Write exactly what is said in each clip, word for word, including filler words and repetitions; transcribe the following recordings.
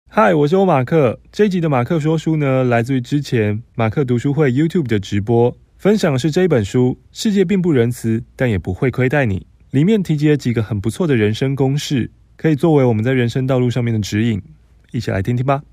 嗨，我是欧马克。这一集的马克说书呢，来自于之前马克读书会 YouTube 的直播，分享的是这一本书《世界并不仁慈，但也不会亏待你》。里面提及了几个很不错的人生公式，可以作为我们在人生道路上面的指引。一起来听听吧。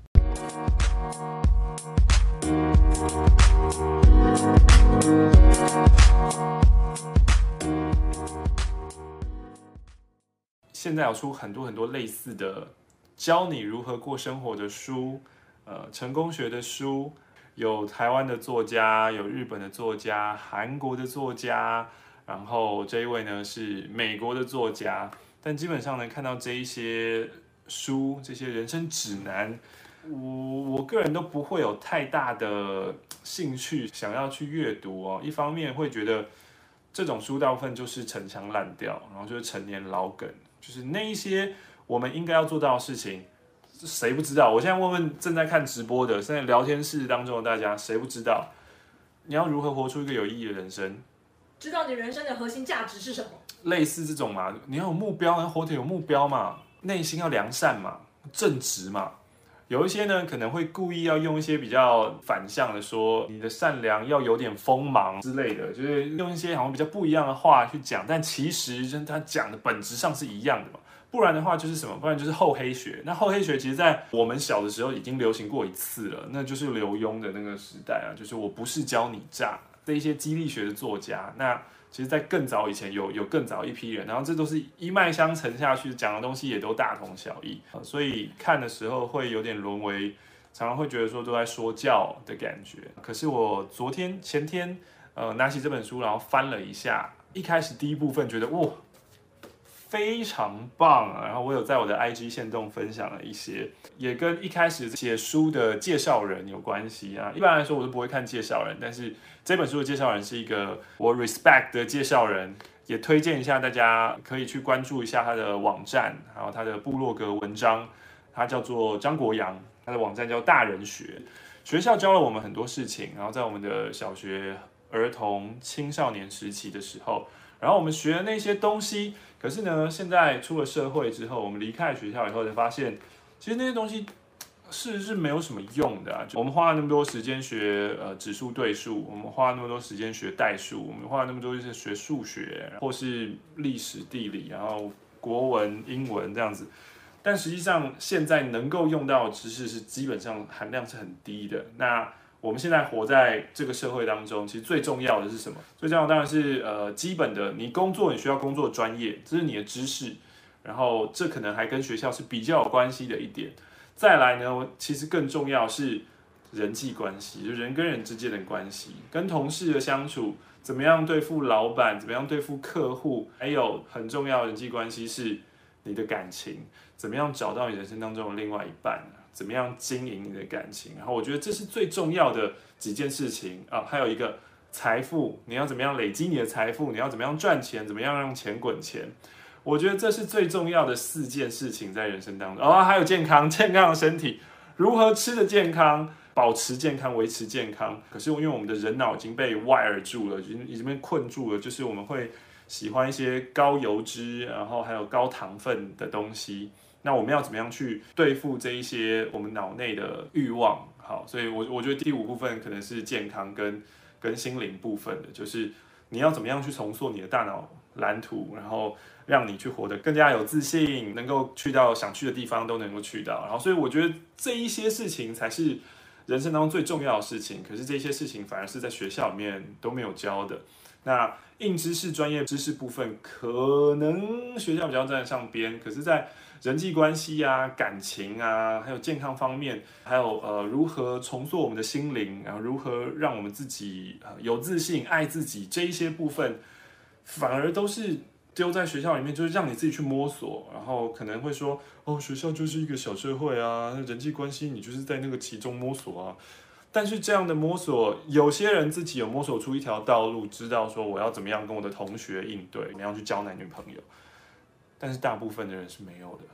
现在有出很多很多类似的教你如何过生活的书，呃，成功学的书，有台湾的作家，有日本的作家，韩国的作家，然后这一位呢是美国的作家。但基本上呢，看到这一些书，这些人生指南，我我个人都不会有太大的兴趣想要去阅读哦。一方面会觉得这种书大部分就是陈腔滥调，然后就是陈年老梗，就是那一些我们应该要做到的事情，谁不知道？我现在问问正在看直播的，现在聊天室当中的大家，谁不知道？你要如何活出一个有意义的人生？ 知道你人生的核心价值是什么？ 类似这种嘛，你要有目标，要活得有目标嘛，内心要良善嘛，正直嘛。有一些呢，可能会故意要用一些比较反向的说，你的善良要有点锋芒之类的，就是用一些好像比较不一样的话去讲，但其实他讲的本质上是一样的嘛。不然的话就是什么？不然就是厚黑学。那厚黑学其实在我们小的时候已经流行过一次了，那就是刘墉的那个时代啊，就是我不是教你诈这一些激励学的作家。那其实，在更早以前有有更早一批人，然后这都是一脉相承下去，讲的东西也都大同小异，所以看的时候会有点沦为，常常会觉得说都在说教的感觉。可是我昨天前天呃拿起这本书，然后翻了一下，一开始第一部分觉得哇非常棒啊，然后我有在我的 I G 限动分享了一些，也跟一开始写书的介绍人有关系啊。一般来说我都不会看介绍人，但是这本书的介绍人是一个我 respect 的介绍人，也推荐一下大家可以去关注一下他的网站，还有他的部落格文章。他叫做张国阳，他的网站叫大人学。学校教了我们很多事情，然后在我们的小学、儿童、青少年时期的时候，然后我们学的那些东西，可是呢，现在出了社会之后，我们离开学校以后，才发现，其实那些东西是是没有什么用的啊。我们花了那么多时间学呃指数对数，我们花了那么多时间学代数，我们花了那么多时间学数学，或是历史、地理，然后国文、英文这样子。但实际上，现在能够用到的知识是基本上含量是很低的。那我们现在活在这个社会当中，其实最重要的是什么？最重要的当然是呃基本的，你工作你需要工作专业，这是你的知识，然后这可能还跟学校是比较有关系的一点。再来呢，其实更重要是人际关系，就人跟人之间的关系，跟同事的相处，怎么样对付老板，怎么样对付客户，还有很重要的人际关系是你的感情，怎么样找到你人生当中的另外一半。怎么样经营你的感情？然后我觉得这是最重要的几件事情啊。还有一个财富，你要怎么样累积你的财富？你要怎么样赚钱？怎么样让钱滚钱？我觉得这是最重要的四件事情在人生当中。哦，还有健康，健康的身体，如何吃得健康，保持健康，维持健康。可是因为我们的人脑已经被 wire 住了，已经已经被困住了，就是我们会喜欢一些高油脂，然后还有高糖分的东西。那我们要怎么样去对付这一些我们脑内的欲望？好，所以我我觉得第五部分可能是健康跟跟心灵部分的，就是你要怎么样去重塑你的大脑蓝图，然后让你去活得更加有自信，能够去到想去的地方都能够去到。然后，所以我觉得这一些事情才是人生当中最重要的事情。可是这些事情反而是在学校里面都没有教的。那硬知识、专业知识部分，可能学校比较站得上边，可是，在人际关系啊、感情啊，还有健康方面，还有呃如何重塑我们的心灵，然后如何让我们自己、呃、有自信、爱自己这一些部分，反而都是丢在学校里面，就是让你自己去摸索。然后可能会说，哦，学校就是一个小社会啊，人际关系你就是在那个其中摸索啊。但是这样的摸索，有些人自己有摸索出一条道路，知道说我要怎么样跟我的同学应对，怎么样去交男女朋友。但是大部分的人是没有的。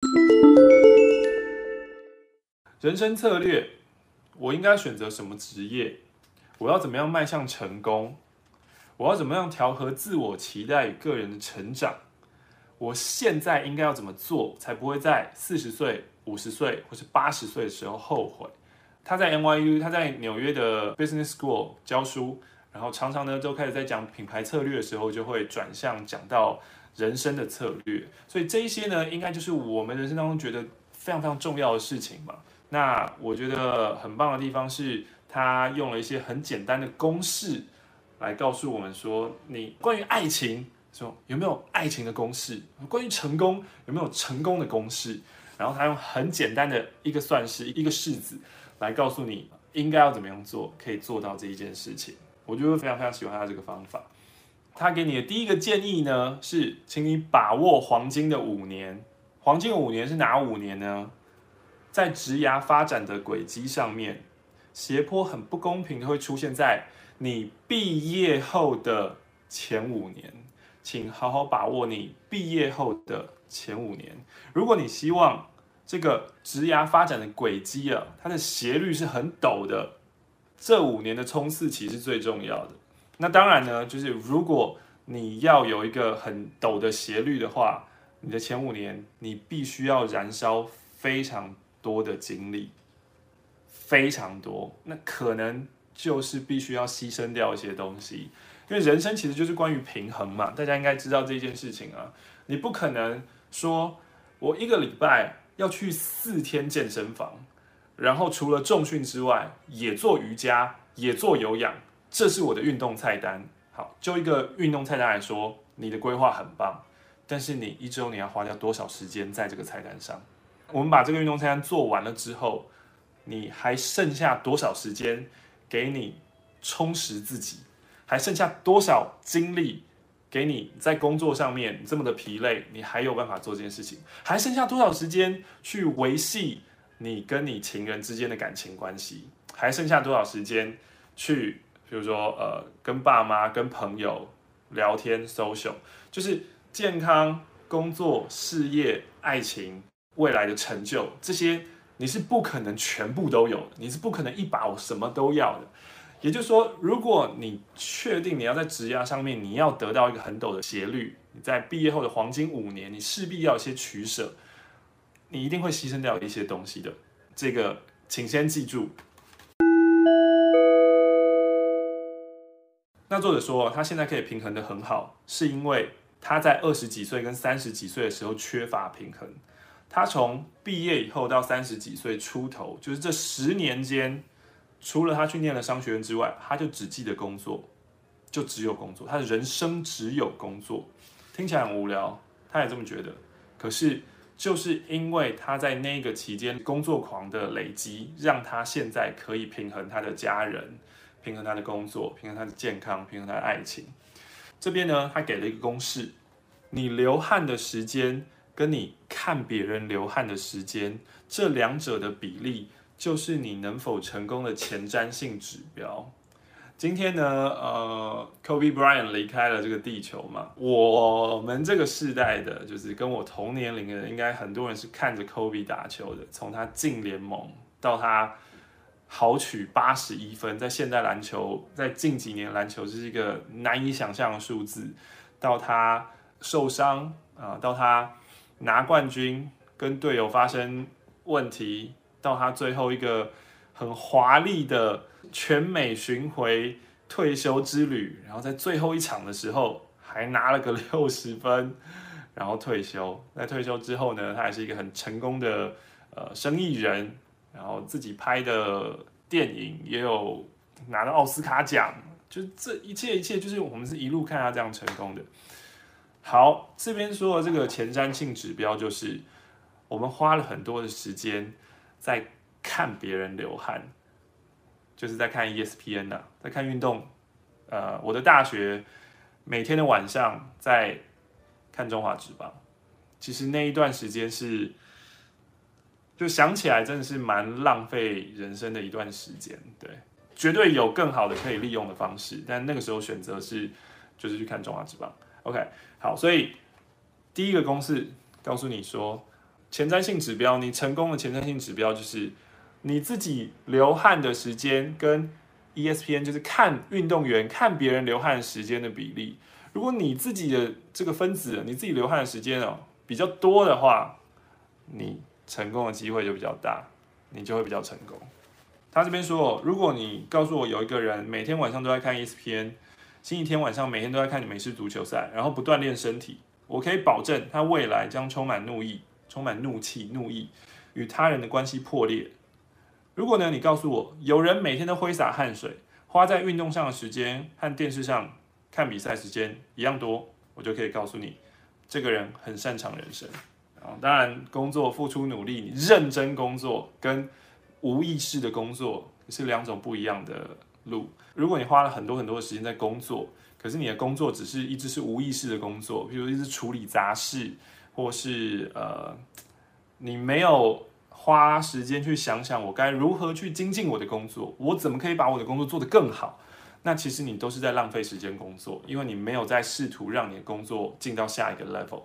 人生策略，我应该选择什么职业？我要怎么样迈向成功？我要怎么样调和自我期待与个人的成长？我现在应该要怎么做，才不会在四十岁五十岁或是八十岁的时候后悔。他在 N Y U， 他在纽约的 Business School 教书，然后常常呢都开始在讲品牌策略的时候，就会转向讲到人生的策略。所以这一些呢，应该就是我们人生当中觉得非常非常重要的事情嘛。那我觉得很棒的地方是，他用了一些很简单的公式来告诉我们说，你关于爱情说有没有爱情的公式，关于成功有没有成功的公式，然后他用很简单的一个算式一个式子来告诉你应该要怎么样做，可以做到这一件事情。我就非常非常喜欢他这个方法。他给你的第一个建议呢是，请你把握黄金的五年。黄金的五年是哪五年呢？在职涯发展的轨迹上面，斜坡很不公平的会出现在你毕业后的前五年，请好好把握你毕业后的前五年。如果你希望这个职涯发展的轨迹啊，它的斜率是很陡的，这五年的冲刺期是最重要的。那当然呢，就是如果你要有一个很陡的斜率的话，你的前五年你必须要燃烧非常多的精力，非常多，那可能就是必须要牺牲掉一些东西，因为人生其实就是关于平衡嘛，大家应该知道这件事情啊。你不可能说我一个礼拜要去四天健身房，然后除了重训之外，也做瑜伽，也做有氧，这是我的运动菜单。好，就一个运动菜单来说，你的规划很棒，但是你一周你要花掉多少时间在这个菜单上？我们把这个运动菜单做完了之后，你还剩下多少时间给你充实自己？还剩下多少精力给你在工作上面这么的疲累，你还有办法做这件事情？还剩下多少时间去维系你跟你情人之间的感情关系？还剩下多少时间去，比如说呃，跟爸妈、跟朋友聊天、social， 就是健康、工作、事业、爱情、未来的成就，这些你是不可能全部都有的，你是不可能一把我什么都要的。也就是说，如果你确定你要在职涯上面，你要得到一个很陡的斜率，你在毕业后的黄金五年，你势必要有一些取舍，你一定会牺牲掉一些东西的。这个，请先记住。那作者说，他现在可以平衡得很好，是因为他在二十几岁跟三十几岁的时候缺乏平衡。他从毕业以后到三十几岁出头，就是这十年间，除了他去念了商学院之外，他就只记得工作，就只有工作，他的人生只有工作。听起来很无聊，他也这么觉得。可是就是因为他在那个期间工作狂的累积，让他现在可以平衡他的家人，平衡他的工作，平衡他的健康，平衡他的爱情。这边呢，他给了一个公式：你流汗的时间跟你看别人流汗的时间，这两者的比例，就是你能否成功的前瞻性指标。今天呢，呃 ，Kobe Bryant 离开了这个地球嘛，我们这个世代的，就是跟我同年龄的人，应该很多人是看着 Kobe 打球的，从他进联盟到他豪取八十一分，在现代篮球，在近几年篮球这是一个难以想象的数字，到他受伤啊、呃，到他拿冠军，跟队友发生问题，到他最后一个很华丽的全美巡回退休之旅，然后在最后一场的时候还拿了个六十分，然后退休。在退休之后呢，他还是一个很成功的呃生意人，然后自己拍的电影也有拿到奥斯卡奖，就这一切一切，就是我们是一路看他这样成功的。好，这边说的这个前瞻性指标，就是我们花了很多的时间在看别人流汗，就是在看 E S P N 啊，在看运动。呃，我的大学每天的晚上在看中华职棒，其实那一段时间是，就想起来真的是蛮浪费人生的一段时间。对，绝对有更好的可以利用的方式，但那个时候选择是就是去看中华职棒。OK， 好，所以第一个公式告诉你说，前瞻性指标，你成功的前瞻性指标就是你自己流汗的时间跟 E S P N 就是看运动员看别人流汗时间的比例。如果你自己的这个分子，你自己流汗的时间哦比较多的话，你成功的机会就比较大，你就会比较成功。他这边说，如果你告诉我有一个人每天晚上都在看 E S P N， 星期天晚上每天都在看美式足球赛，然后不锻炼身体，我可以保证他未来将充满怒意、充满怒气、怒意，与他人的关系破裂。如果呢，你告诉我有人每天都挥洒汗水，花在运动上的时间和电视上看比赛时间一样多，我就可以告诉你，这个人很擅长人生。当然，工作付出努力，你认真工作跟无意识的工作是两种不一样的路。如果你花了很多很多的时间在工作，可是你的工作只是一直是无意识的工作，比如一直处理杂事，或是呃，你没有花时间去想想我该如何去精进我的工作，我怎么可以把我的工作做得更好，那其实你都是在浪费时间工作，因为你没有在试图让你的工作进到下一个 level。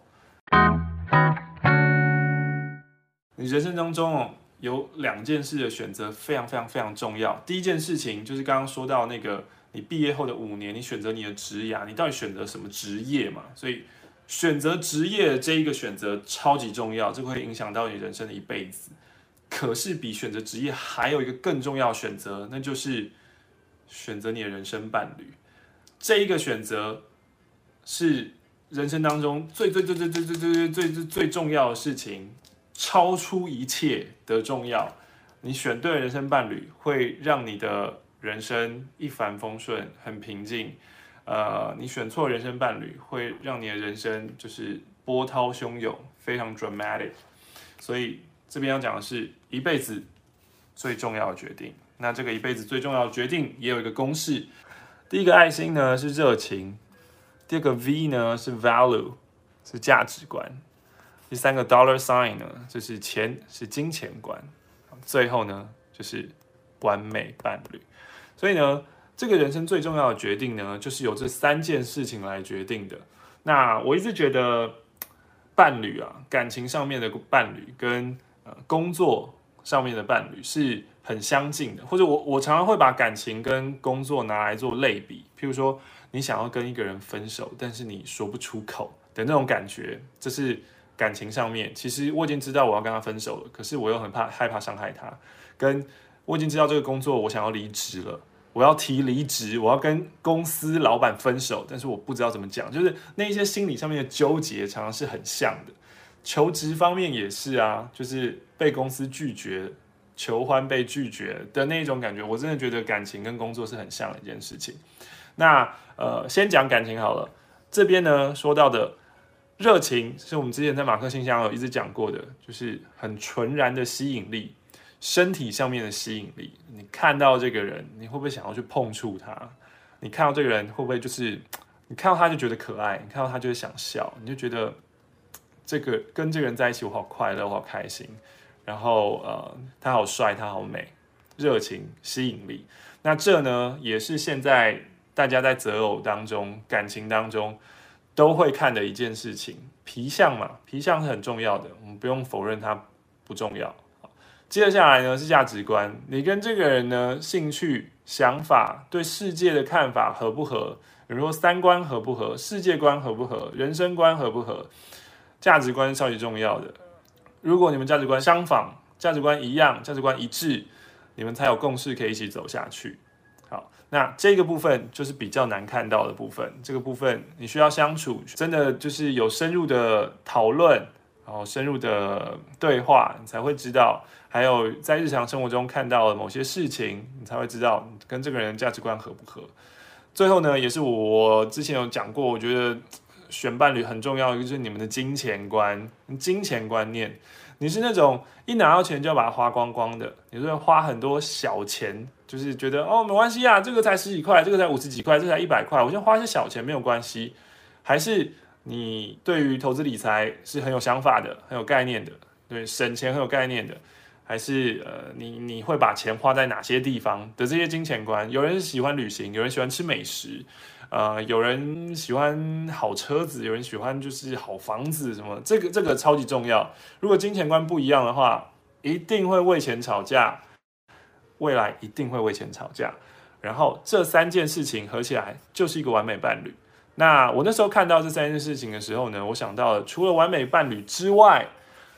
你人生当中有两件事的选择非常非常非常重要。第一件事情就是刚刚说到那个，你毕业后的五年，你选择你的职业，你到底选择什么职业嘛？所以选择职业这一个选择超级重要，这个会影响到你人生的一辈子。可是比选择职业还有一个更重要的选择，那就是选择你的人生伴侣。这一个选择是人生当中最最最最最最最最最最重要的事情。超出一切的重要，你选对人生伴侣，会让你的人生一帆风顺，很平静。呃，你选错人生伴侣，会让你的人生就是波涛汹涌，非常 dramatic。所以这边要讲的是一辈子最重要的决定。那这个一辈子最重要的决定也有一个公式。第一个爱心呢是热情，第二个 V 呢是 value， 是价值观。第三个 dollar sign 呢，就是钱，是金钱观。最后呢，就是完美伴侣。所以呢，这个人生最重要的决定呢，就是由这三件事情来决定的。那我一直觉得，伴侣啊，感情上面的伴侣跟呃工作上面的伴侣是很相近的，或者我我常常会把感情跟工作拿来做类比。譬如说，你想要跟一个人分手，但是你说不出口的那种感觉，这是。感情上面，其实我已经知道我要跟他分手了，可是我又很怕害怕伤害他。跟我已经知道这个工作我想要离职了，我要提离职，我要跟公司老板分手，但是我不知道怎么讲，就是那一些心理上面的纠结，常常是很像的。求职方面也是啊，就是被公司拒绝，求欢被拒绝的那一种感觉，我真的觉得感情跟工作是很像的一件事情。那呃，先讲感情好了，这边呢说到的。热情是我们之前在马克信箱有一直讲过的，就是很纯然的吸引力，身体上面的吸引力。你看到这个人，你会不会想要去碰触他？你看到这个人，会不会就是你看到他就觉得可爱，你看到他就会想笑，你就觉得这个跟这个人在一起我好快乐，我好开心。然后呃，他好帅，他好美，热情吸引力。那这呢，也是现在大家在择偶当中、感情当中。都会看的一件事情，皮相嘛，皮相是很重要的，我们不用否认它不重要。接下来呢是价值观，你跟这个人呢兴趣、想法、对世界的看法合不合？比如说三观合不合、世界观合不合、人生观合不合，价值观是超级重要的。如果你们价值观相仿、价值观一样、价值观一致，你们才有共识可以一起走下去。好，那这个部分就是比较难看到的部分。这个部分你需要相处，真的就是有深入的讨论，然后深入的对话，你才会知道。还有在日常生活中看到的某些事情，你才会知道跟这个人的价值观合不合。最后呢，也是我之前有讲过，我觉得选伴侣很重要的就是你们的金钱观、金钱观念。你是那种一拿到钱就要把它花光光的，你是会花很多小钱，就是觉得哦没关系啊，这个才十几块，这个才五十几块，这个才一百块，我先花一些小钱没有关系。还是你对于投资理财是很有想法的，很有概念的，对省钱很有概念的，还是呃你你会把钱花在哪些地方的这些金钱观？有人是喜欢旅行，有人喜欢吃美食。呃，有人喜欢好车子，有人喜欢就是好房子，什么这个这个超级重要。如果金钱观不一样的话，一定会为钱吵架，未来一定会为钱吵架。然后这三件事情合起来就是一个完美伴侣。那我那时候看到这三件事情的时候呢，我想到了除了完美伴侣之外，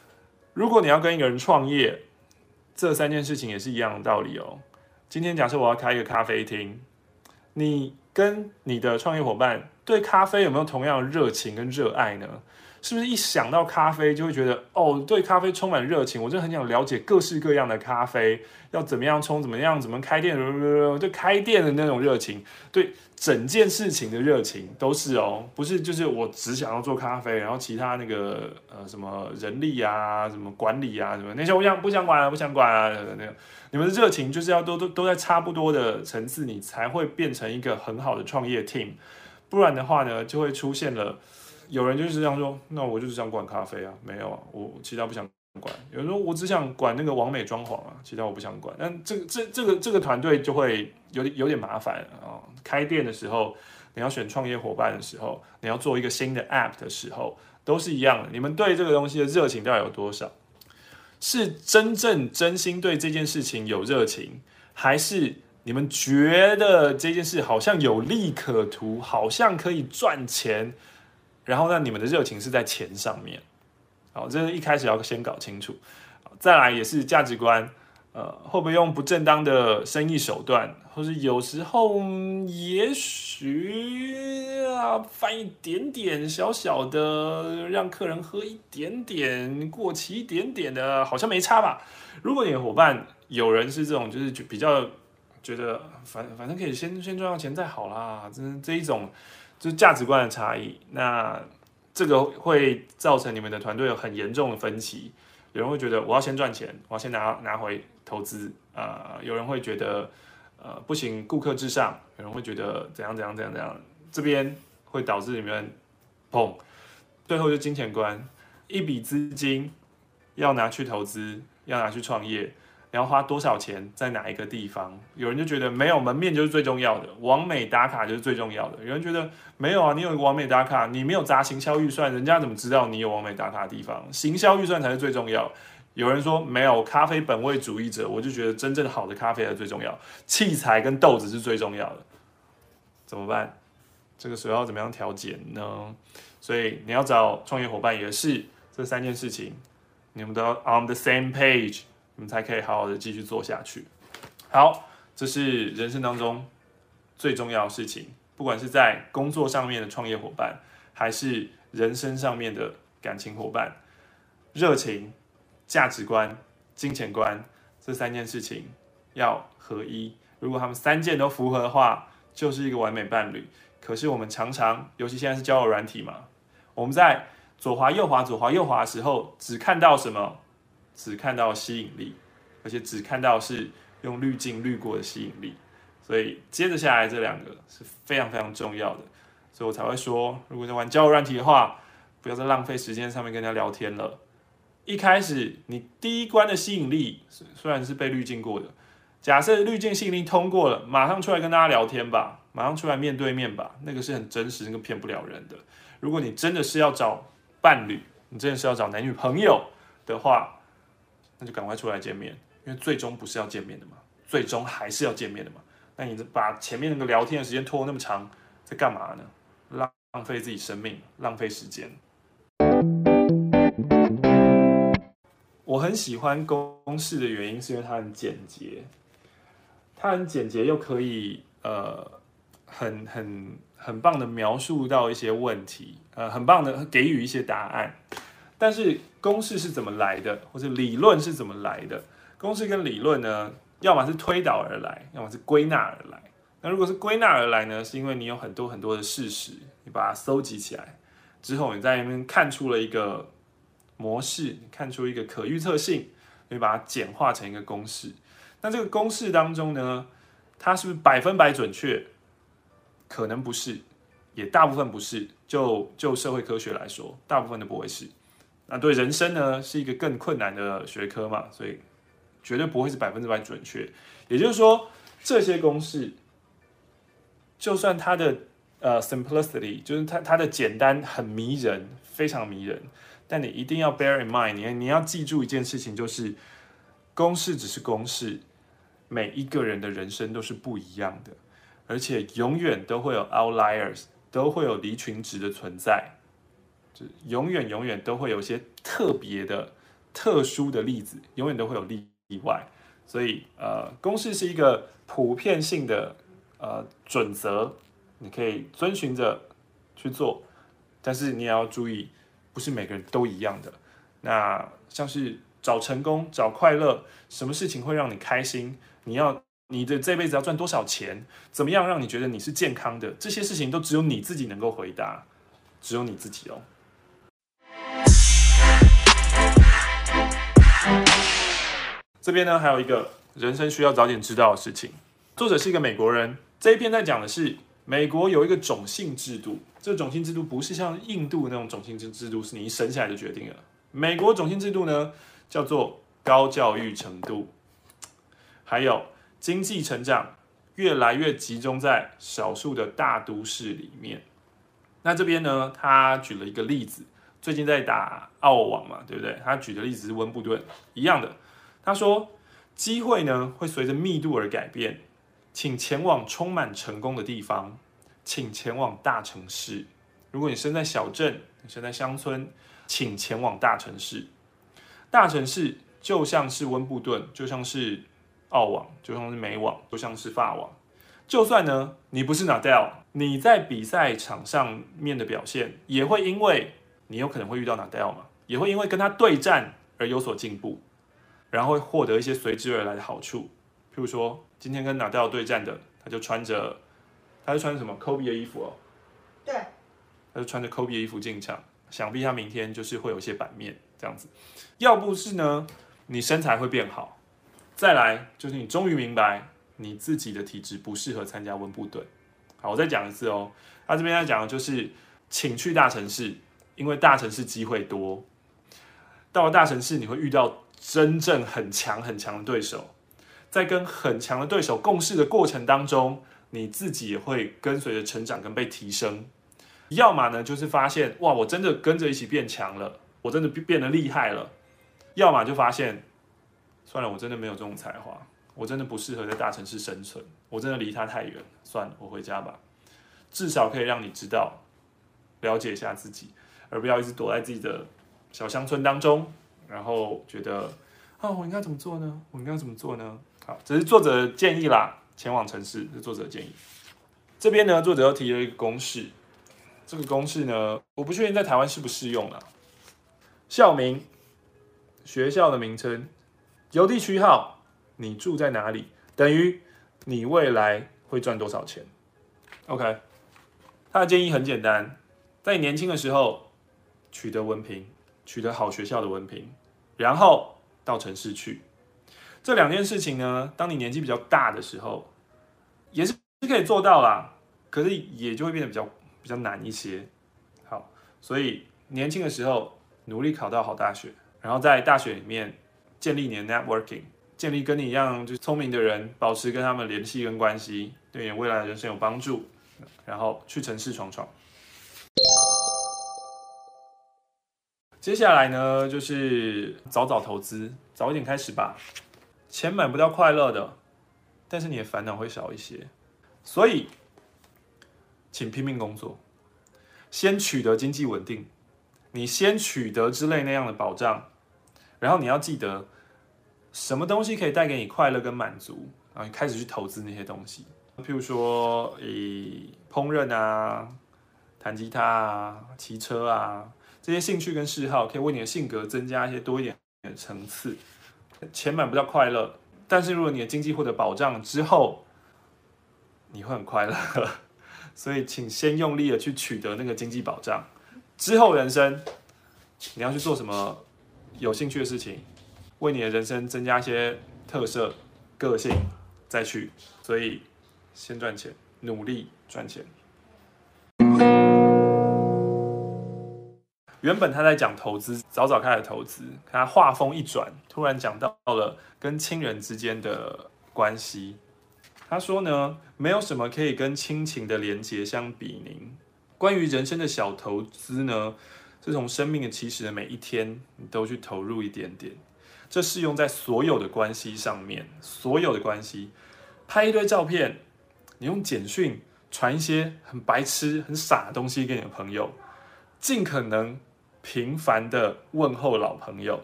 如果你要跟一个人创业，这三件事情也是一样的道理哦。今天假设我要开一个咖啡厅，你跟你的创业伙伴对咖啡有没有同样的热情跟热爱呢？是不是一想到咖啡就会觉得哦，对咖啡充满热情？我真的很想了解各式各样的咖啡要怎么样冲，怎么样怎么开店，对开店的那种热情，对整件事情的热情都是哦，不是就是我只想要做咖啡，然后其他那个呃什么人力啊、什么管理啊、什么那些我想不想管啊、不想管啊那个，你们的热情就是要都都都在差不多的层次，你才会变成一个很好的创业 team， 不然的话呢，就会出现了。有人就是这样说，那我就是想管咖啡啊，没有啊，我其他不想管。有人说我只想管那个网美装潢啊，其他我不想管。但这这这个这个团队就会有点有点麻烦啊、哦。开店的时候，你要选创业伙伴的时候，你要做一个新的 app 的时候，都是一样的。你们对这个东西的热情到底有多少？是真正真心对这件事情有热情，还是你们觉得这件事好像有利可图，好像可以赚钱？然后呢，你们的热情是在钱上面，好，这是一开始要先搞清楚。再来也是价值观，呃，会不会用不正当的生意手段，或是有时候也许啊，翻一点点小小的，让客人喝一点点过期一点点的，好像没差吧？如果你的伙伴有人是这种，就是比较觉得反反正可以先先赚到钱再好啦，这这一种。就是价值观的差异，那这个会造成你们的团队有很严重的分歧。有人会觉得我要先赚钱，我要先拿拿回投资啊、呃；有人会觉得呃不行，顾客至上；有人会觉得怎样怎样怎样怎样。这边会导致你们砰，最后就金钱观，一笔资金要拿去投资，要拿去创业。你要花多少钱在哪一个地方？有人就觉得没有门面就是最重要的，网美打卡就是最重要的。有人觉得没有啊，你有一个网美打卡，你没有砸行销预算，人家怎么知道你有网美打卡的地方？行销预算才是最重要。有人说没有，咖啡本位主义者，我就觉得真正好的咖啡才是最重要，器材跟豆子是最重要的。怎么办？这个时候要怎么样调节呢？所以你要找创业伙伴也是这三件事情，你们都要 on the same page。你们才可以好好的继续做下去。好，这是人生当中最重要的事情，不管是在工作上面的创业伙伴，还是人生上面的感情伙伴，热情、价值观、金钱观这三件事情要合一。如果他们三件都符合的话，就是一个完美伴侣。可是我们常常，尤其现在是交友软体嘛，我们在左滑右滑左滑右滑的时候，只看到什么？只看到吸引力，而且只看到是用滤镜滤过的吸引力，所以接着下来这两个是非常非常重要的，所以我才会说，如果在玩交友软体的话，不要再浪费时间上面跟人家聊天了。一开始你第一关的吸引力虽然是被滤镜过的，假设滤镜吸引力通过了，马上出来跟大家聊天吧，马上出来面对面吧，那个是很真实，那个骗不了人的。如果你真的是要找伴侣，你真的是要找男女朋友的话，那就赶快出来见面，因为最终不是要见面的嘛，最终还是要见面的嘛。那你把前面那个聊天的时间拖那么长，在干嘛呢？浪费自己生命，浪费时间。我很喜欢公式的原因是因为它很简洁，它很简洁又可以呃很很很棒的描述到一些问题，呃很棒的给予一些答案。但是公式是怎么来的，或者理论是怎么来的？公式跟理论呢，要么是推导而来，要么是归纳而来。那如果是归纳而来呢，是因为你有很多很多的事实，你把它搜集起来之后，你在那边看出了一个模式，你看出一个可预测性，你把它简化成一个公式。那这个公式当中呢，它是不是百分百准确？可能不是，也大部分不是。就就社会科学来说，大部分都不会是。那对人生呢，是一个更困难的学科嘛，所以绝对不会是百分之百准确。也就是说，这些公式，就算它的呃 simplicity， 就是它它的简单很迷人，非常迷人，但你一定要 bear in mind， 你你要记住一件事情，就是公式只是公式，每一个人的人生都是不一样的，而且永远都会有 outliers， 都会有离群值的存在。永远永远都会有一些特别的、 特殊的例子，永远都会有例外。所以呃，公式是一个普遍性的呃准则，你可以遵循着去做，但是你也要注意，不是每个人都一样的。那像是找成功、找快乐，什么事情会让你开心？你要你的这辈子要赚多少钱？怎么样让你觉得你是健康的？这些事情都只有你自己能够回答，只有你自己哦。这边呢还有一个人生需要早点知道的事情。作者是一个美国人，这一篇在讲的是美国有一个种姓制度。这个种姓制度不是像印度那种种姓制度，是你一生下来就决定了。美国种姓制度呢叫做高教育程度，还有经济成长越来越集中在少数的大都市里面。那这边呢，他举了一个例子，最近在打澳网嘛，对不对？他举的例子是温布顿，一样的。他说，机会呢会随着密度而改变，请前往充满成功的地方，请前往大城市。如果你生在小镇，你生在乡村，请前往大城市。大城市就像是温布顿，就像是澳网，就像是美网，就像是法网。就算呢你不是 Nadal， 你在比赛场上面的表现，也会因为你有可能会遇到 Nadal 嘛，也会因为跟他对战而有所进步。然后会获得一些随之而来的好处，譬如说今天跟 Nadal 对战的，他就穿着，他就穿着什么 Kobe 的衣服哦， 对， 他就穿着 Kobe 的衣服进场，想必他明天就是会有一些版面这样子。要不是呢，你身材会变好，再来就是你终于明白你自己的体质不适合参加温布顿。好，我再讲一次哦，他这边在讲的就是，请去大城市，因为大城市机会多。到了大城市，你会遇到真正很强很强的对手，在跟很强的对手共事的过程当中，你自己也会跟随着成长跟被提升。要么呢，就是发现哇，我真的跟着一起变强了，我真的变得厉害了；要么就发现，算了，我真的没有这种才华，我真的不适合在大城市生存，我真的离他太远，算了，我回家吧。至少可以让你知道，了解一下自己，而不要一直躲在自己的小乡村当中。然后觉得啊，我应该怎么做呢？我应该怎么做呢？好，这是作者的建议啦，前往城市是作者的建议。这边呢，作者又提了一个公式，这个公式呢，我不确定在台湾适不适用啦。校名、学校的名称、邮递区号、你住在哪里，等于你未来会赚多少钱。OK， 他的建议很简单，在你年轻的时候取得文凭。取得好学校的文凭，然后到城市去。这两件事情呢，当你年纪比较大的时候，也是可以做到啦，可是也就会变得比较比较难一些。好，所以年轻的时候努力考到好大学，然后在大学里面建立你的 networking， 建立跟你一样就是聪明的人，保持跟他们联系跟关系，对你未来的人生有帮助。然后去城市闯闯。接下来呢，就是早早投资，早一点开始吧。钱买不到快乐的，但是你的烦恼会少一些。所以，请拼命工作，先取得经济稳定。你先取得之类那样的保障，然后你要记得，什么东西可以带给你快乐跟满足，然后你开始去投资那些东西。譬如说，以烹饪啊、弹吉他啊、骑车啊。这些兴趣跟嗜好可以为你的性格增加一些多一点的层次。钱买不到快乐，但是如果你的经济获得保障之后，你会很快乐。所以，请先用力的去取得那个经济保障，之后人生你要去做什么有兴趣的事情，为你的人生增加一些特色、个性，再去。所以，先赚钱，努力赚钱。原本他在讲投资，早早开始投资，他话锋一转，突然讲到了跟亲人之间的关系。他说呢，没有什么可以跟亲情的连结相比拟。关于人生的小投资呢，是从生命的起始的每一天，你都去投入一点点。这适用在所有的关系上面，所有的关系，拍一堆照片，你用简讯传一些很白痴、很傻的东西给你的朋友，尽可能频繁的问候老朋友，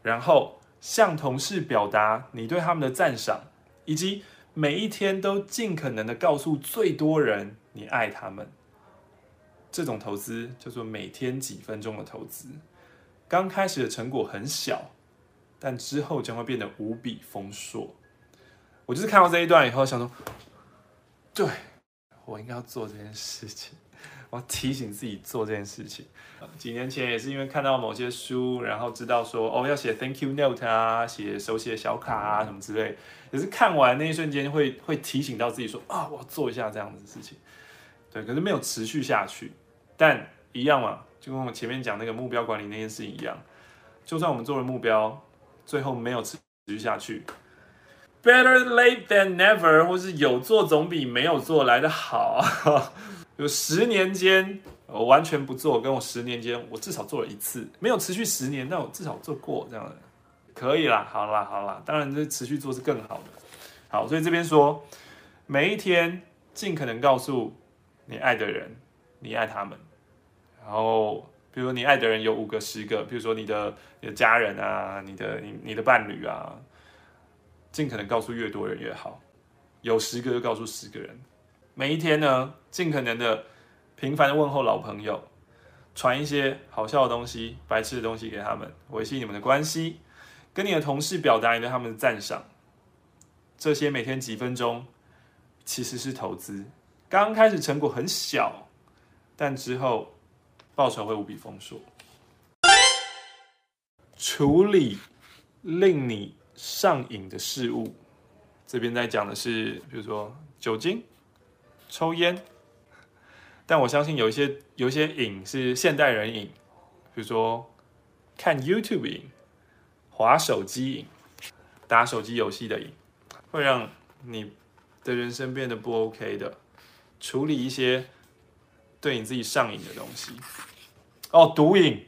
然后向同事表达你对他们的赞赏，以及每一天都尽可能的告诉最多人你爱他们。这种投资叫做每天几分钟的投资。刚开始的成果很小，但之后将会变得无比丰硕。我就是看到这一段以后，想说，对，我应该要做这件事情，我要提醒自己做这件事情。几年前也是因为看到某些书，然后知道说，哦，要写 thank you note 啊，写手写小卡啊什么之类，也是看完那一瞬间会会提醒到自己说，啊，我要做一下这样子的事情。对，可是没有持续下去，但一样嘛。就跟我前面讲那个目标管理那件事情一样，就算我们做了目标，最后没有持续下去 ，better late than never， 或是有做总比没有做来得好。有十年间我完全不做，跟我十年间我至少做了一次，没有持续十年，但我至少做过这样的，可以啦，好啦，好啦，当然这持续做是更好的。好，所以这边说，每一天尽可能告诉你爱的人，你爱他们。然后，比如说你爱的人有五个、十个，比如说你的你的家人啊，你的你你的伴侣啊，尽可能告诉越多人越好。有十个就告诉十个人。每一天呢，尽可能的频繁的问候老朋友，传一些好笑的东西、白痴的东西给他们，维系你们的关系。跟你的同事表达你对他们的赞赏。这些每天几分钟，其实是投资。刚开始成果很小，但之后报酬会无比丰硕。处理令你上瘾的事物，这边在讲的是，比如说酒精、抽烟，但我相信有一些有一些瘾是现代人瘾，比如说看 YouTube 瘾、滑手机瘾、打手机游戏的瘾，会让你的人生变得不 OK 的。处理一些对你自己上瘾的东西。哦，毒瘾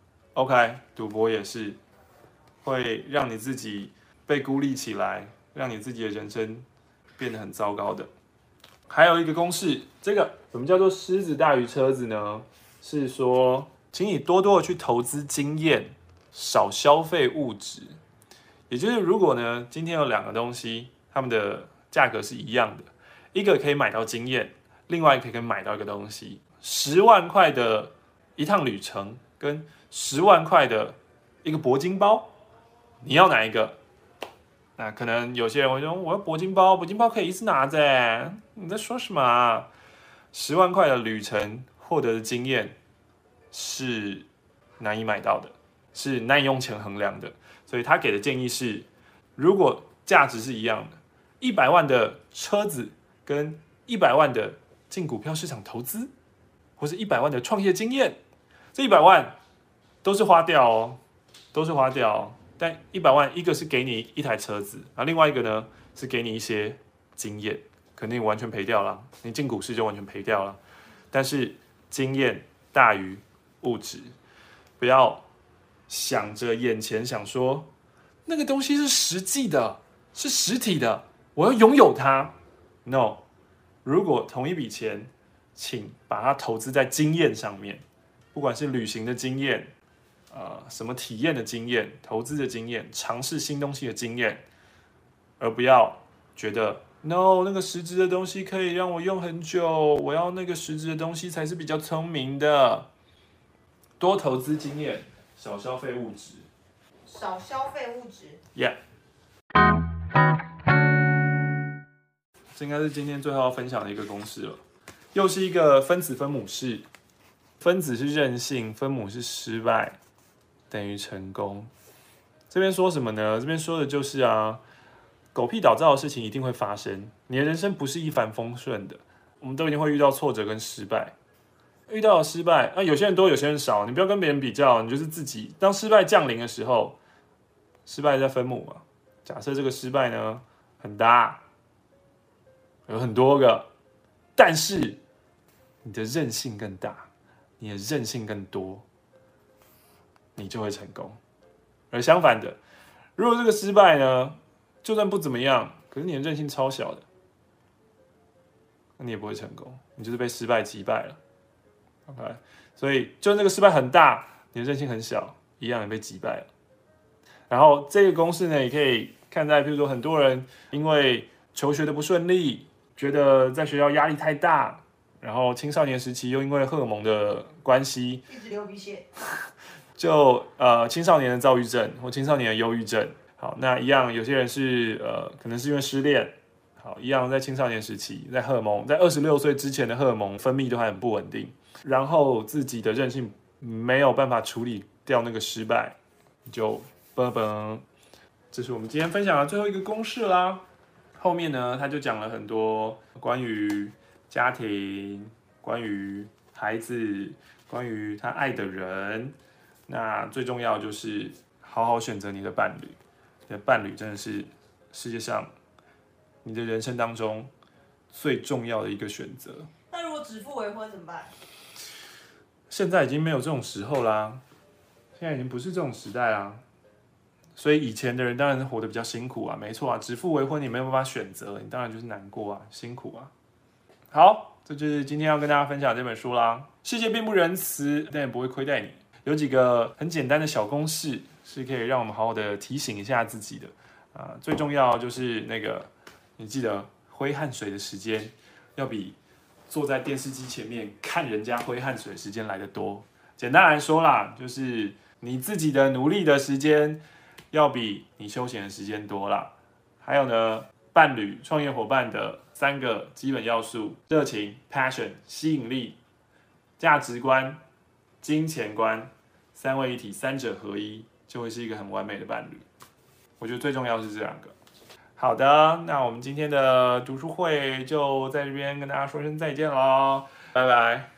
，OK， 赌博也是会让你自己被孤立起来，让你自己的人生变得很糟糕的。还有一个公式，这个什么叫做狮子大于车子呢？是说，请你多多的去投资经验，少消费物质。也就是，如果呢，今天有两个东西，它们的价格是一样的，一个可以买到经验，另外一个可以买到一个东西，十万块的一趟旅程跟十万块的一个铂金包，你要哪一个？那可能有些人会说，我要铂金包，铂金包可以一次拿着，你在说什么啊？十万块的旅程获得的经验是难以买到的，是难以用钱衡量的，所以他给的建议是，如果价值是一样的，一百万的车子跟一百万的进股票市场投资，或是一百万的创业经验，这一百万都是花掉哦，都是花掉哦。但一百万，一个是给你一台车子，然后另外一个呢是给你一些经验，肯定完全赔掉了，你进股市就完全赔掉了。但是经验大于物质，不要想着眼前想说那个东西是实际的，是实体的，我要拥有它。No， 如果同一笔钱，请把它投资在经验上面，不管是旅行的经验。呃，什么体验的经验、投资的经验、尝试新东西的经验，而不要觉得 no 那个实质的东西可以让我用很久，我要那个实质的东西才是比较聪明的。多投资经验，少消费物质。 少消费物质。 Yeah。这应该是今天最后要分享的一个公式了，又是一个分子分母式，分子是韧性，分母是失败。等于成功。这边说什么呢？这边说的就是啊，狗屁倒灶的事情一定会发生。你的人生不是一帆风顺的，我们都一定会遇到挫折跟失败。遇到了失败，啊，有些人多，有些人少，你不要跟别人比较，你就是自己。当失败降临的时候，失败在分母嘛。假设这个失败呢很大，有很多个，但是你的韧性更大，你的韧性更多。你就会成功。而相反的，如果这个失败呢，就算不怎么样，可是你的韧性超小的，那你也不会成功，你就是被失败击败了。OK， 所以就算这个失败很大，你的韧性很小，一样也被击败了。 然后这个公式呢，也可以看在，比如说很多人因为求学的不顺利，觉得在学校压力太大，然后青少年时期又因为荷尔蒙的关系， 一直流鼻血， 就呃青少年的躁郁症或青少年的忧郁症。好，那一样有些人是呃可能是因为失恋，好，一样在青少年时期，在荷尔蒙在二十六岁之前的荷尔蒙分泌都还很不稳定，然后自己的韧性没有办法处理掉那个失败，就嘣嘣。这是我们今天分享的最后一个公式啦。后面呢，他就讲了很多关于家庭、关于孩子、关于他爱的人。那最重要就是好好选择你的伴侣。你的伴侣真的是世界上你的人生当中最重要的一个选择。 那如果指腹为婚怎么办？ 现在已经没有这种时候啦，现在已经不是这种时代啦。所以以前的人当然是活得比较辛苦啊，没错啊，指腹为婚你没有办法选择，你当然就是难过啊，辛苦啊。好，这就是今天要跟大家分享这本书啦。世界并不仁慈，但也不会亏待你。有几个很简单的小公式是可以让我们好好的提醒一下自己的啊、呃。最重要就是那个，你记得挥汗水的时间要比坐在电视机前面看人家挥汗水的时间来得多。简单来说啦，就是你自己的努力的时间要比你休闲的时间多啦。还有呢，伴侣、创业伙伴的三个基本要素：热情 （passion）、吸引力、价值观、金钱观，三位一体，三者合一，就会是一个很完美的伴侣。我觉得最重要是这两个。好的，那我们今天的读书会就在这边跟大家说声再见喽，拜拜。